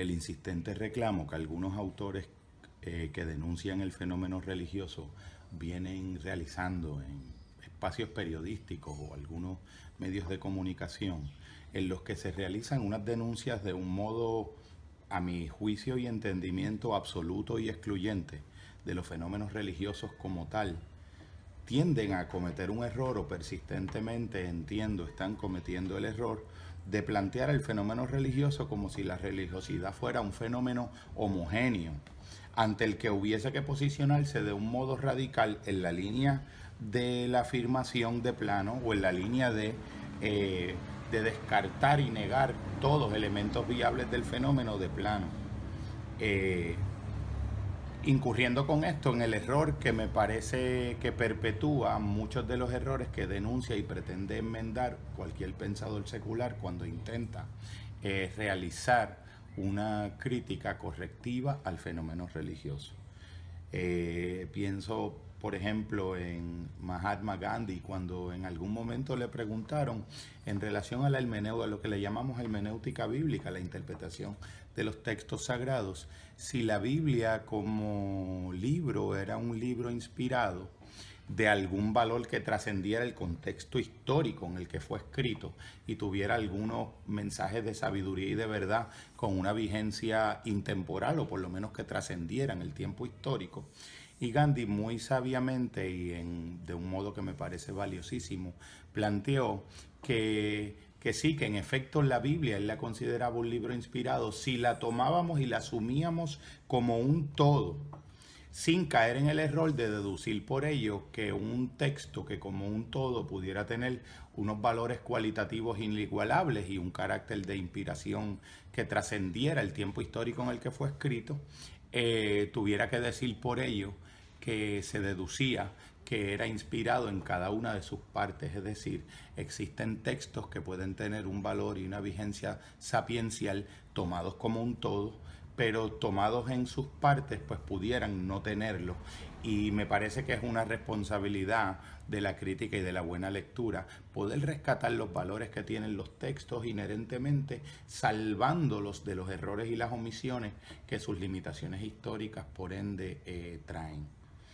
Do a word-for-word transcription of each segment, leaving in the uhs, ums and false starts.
el insistente reclamo que algunos autores eh, que denuncian el fenómeno religioso vienen realizando en espacios periodísticos o algunos medios de comunicación, en los que se realizan unas denuncias de un modo, a mi juicio y entendimiento, absoluto y excluyente de los fenómenos religiosos como tal, tienden a cometer un error o persistentemente, entiendo, están cometiendo el error de plantear el fenómeno religioso como si la religiosidad fuera un fenómeno homogéneo, ante el que hubiese que posicionarse de un modo radical en la línea de la afirmación de plano o en la línea de, eh, de descartar y negar todos elementos viables del fenómeno de plano. Eh, incurriendo con esto en el error que me parece que perpetúa muchos de los errores que denuncia y pretende enmendar cualquier pensador secular cuando intenta eh, realizar una crítica correctiva al fenómeno religioso. Eh, pienso, por ejemplo, en Mahatma Gandhi, cuando en algún momento le preguntaron en relación a la hermenéutica, a lo que le llamamos hermenéutica bíblica, la interpretación de los textos sagrados, si la Biblia como libro era un libro inspirado de algún valor que trascendiera el contexto histórico en el que fue escrito y tuviera algunos mensajes de sabiduría y de verdad con una vigencia intemporal, o por lo menos que trascendieran el tiempo histórico. Y Gandhi, muy sabiamente y en, de un modo que me parece valiosísimo, planteó que, que sí, que en efecto la Biblia él la consideraba un libro inspirado si la tomábamos y la asumíamos como un todo, sin caer en el error de deducir por ello que un texto que como un todo pudiera tener unos valores cualitativos inigualables y un carácter de inspiración que trascendiera el tiempo histórico en el que fue escrito, eh, tuviera que decir por ello que se deducía que era inspirado en cada una de sus partes. Es decir, existen textos que pueden tener un valor y una vigencia sapiencial tomados como un todo, pero tomados en sus partes pues pudieran no tenerlo. Y me parece que es una responsabilidad de la crítica y de la buena lectura poder rescatar los valores que tienen los textos inherentemente, salvándolos de los errores y las omisiones que sus limitaciones históricas por ende eh, traen.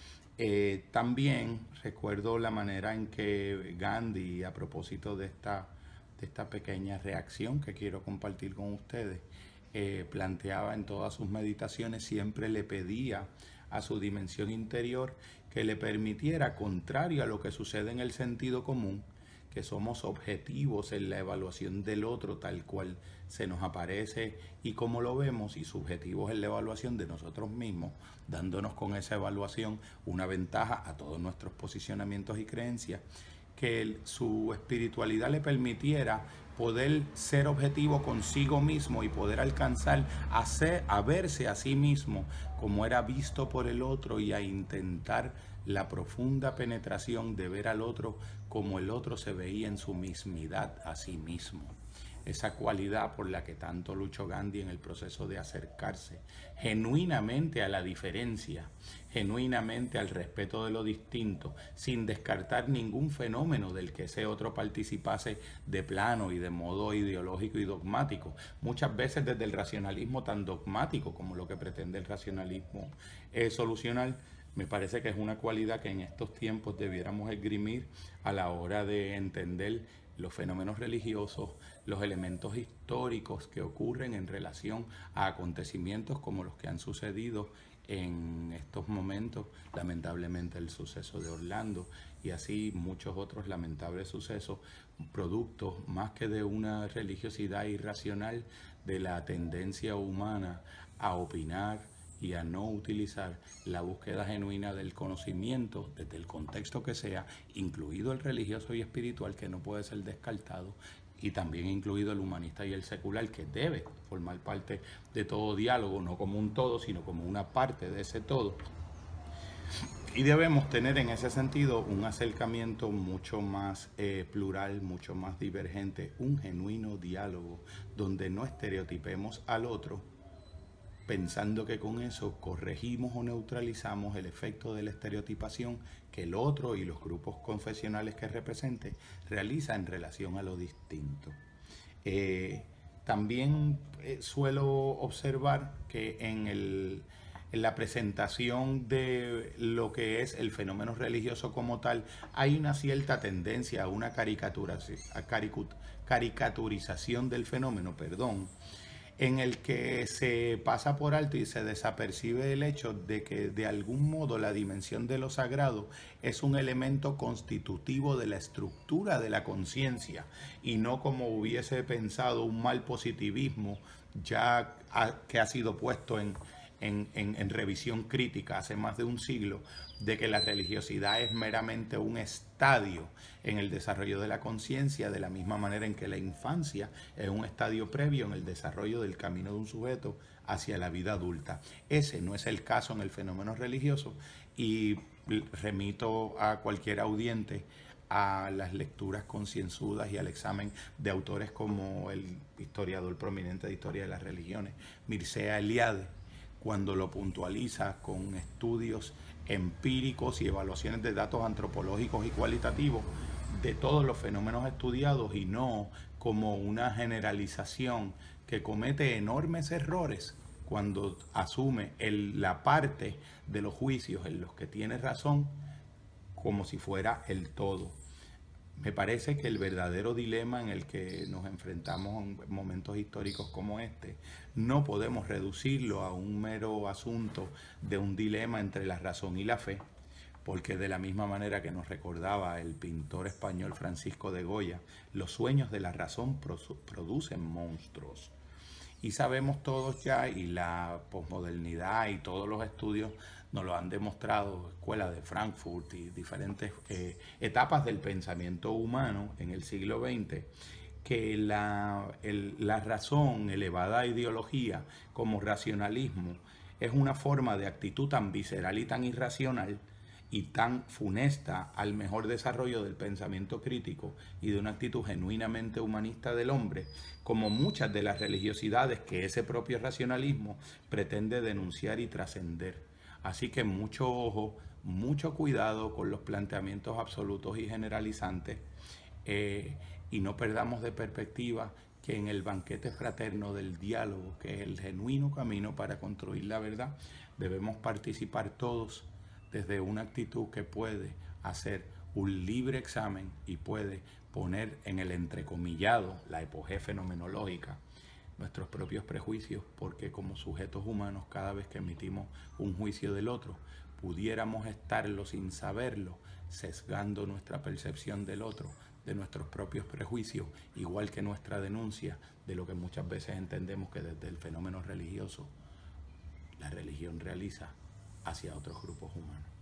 Eh, también recuerdo la manera en que Gandhi, a propósito de esta, de esta pequeña reacción que quiero compartir con ustedes, Eh, planteaba en todas sus meditaciones, siempre le pedía a su dimensión interior que le permitiera, contrario a lo que sucede en el sentido común, que somos objetivos en la evaluación del otro tal cual se nos aparece y como lo vemos, y subjetivos en la evaluación de nosotros mismos, dándonos con esa evaluación una ventaja a todos nuestros posicionamientos y creencias, que el, su espiritualidad le permitiera poder ser objetivo consigo mismo y poder alcanzar a, ser, a verse a sí mismo como era visto por el otro y a intentar la profunda penetración de ver al otro como el otro se veía en su mismidad a sí mismo. Esa cualidad por la que tanto luchó Gandhi en el proceso de acercarse genuinamente a la diferencia, genuinamente al respeto de lo distinto, sin descartar ningún fenómeno del que ese otro participase de plano y de modo ideológico y dogmático, muchas veces desde el racionalismo tan dogmático como lo que pretende el racionalismo eh, solucionar. Me parece que es una cualidad que en estos tiempos debiéramos esgrimir a la hora de entender los fenómenos religiosos, los elementos históricos que ocurren en relación a acontecimientos como los que han sucedido en estos momentos, lamentablemente el suceso de Orlando y así muchos otros lamentables sucesos, productos más que de una religiosidad irracional, de la tendencia humana a opinar y a no utilizar la búsqueda genuina del conocimiento desde el contexto que sea, incluido el religioso y espiritual, que no puede ser descartado, y también incluido el humanista y el secular, que debe formar parte de todo diálogo, no como un todo, sino como una parte de ese todo. Y debemos tener en ese sentido un acercamiento mucho más eh, plural, mucho más divergente, un genuino diálogo donde no estereotipemos al otro, pensando que con eso corregimos o neutralizamos el efecto de la estereotipación que el otro y los grupos confesionales que represente realizan en relación a lo distinto. Eh, también eh, suelo observar que en, el, en la presentación de lo que es el fenómeno religioso como tal, hay una cierta tendencia a una caricatura, a caricaturización del fenómeno, perdón, en el que se pasa por alto y se desapercibe el hecho de que de algún modo la dimensión de lo sagrado es un elemento constitutivo de la estructura de la conciencia y no como hubiese pensado un mal positivismo ya ha, que ha sido puesto en, en, en, en revisión crítica hace más de un siglo, de que la religiosidad es meramente un estadio en el desarrollo de la conciencia, de la misma manera en que la infancia es un estadio previo en el desarrollo del camino de un sujeto hacia la vida adulta. Ese no es el caso en el fenómeno religioso y remito a cualquier audiente a las lecturas concienzudas y al examen de autores como el historiador prominente de historia de las religiones, Mircea Eliade, cuando lo puntualiza con estudios empíricos y evaluaciones de datos antropológicos y cualitativos de todos los fenómenos estudiados y no como una generalización que comete enormes errores cuando asume el, la parte de los juicios en los que tiene razón como si fuera el todo. Me parece que el verdadero dilema en el que nos enfrentamos en momentos históricos como este, no podemos reducirlo a un mero asunto de un dilema entre la razón y la fe, porque de la misma manera que nos recordaba el pintor español Francisco de Goya, los sueños de la razón producen monstruos. Y sabemos todos ya, y la posmodernidad y todos los estudios nos lo han demostrado, Escuela de Frankfurt y diferentes eh, etapas del pensamiento humano en el siglo veinte, que la, el, la razón elevada a ideología como racionalismo es una forma de actitud tan visceral y tan irracional y tan funesta al mejor desarrollo del pensamiento crítico y de una actitud genuinamente humanista del hombre, como muchas de las religiosidades que ese propio racionalismo pretende denunciar y trascender. Así que mucho ojo, mucho cuidado con los planteamientos absolutos y generalizantes eh, y no perdamos de perspectiva que en el banquete fraterno del diálogo, que es el genuino camino para construir la verdad, debemos participar todos desde una actitud que puede hacer un libre examen y puede poner en el entrecomillado, la epogea fenomenológica, nuestros propios prejuicios, porque como sujetos humanos, cada vez que emitimos un juicio del otro, pudiéramos estarlo sin saberlo, sesgando nuestra percepción del otro, de nuestros propios prejuicios, igual que nuestra denuncia de lo que muchas veces entendemos que desde el fenómeno religioso la religión realiza hacia otros grupos humanos.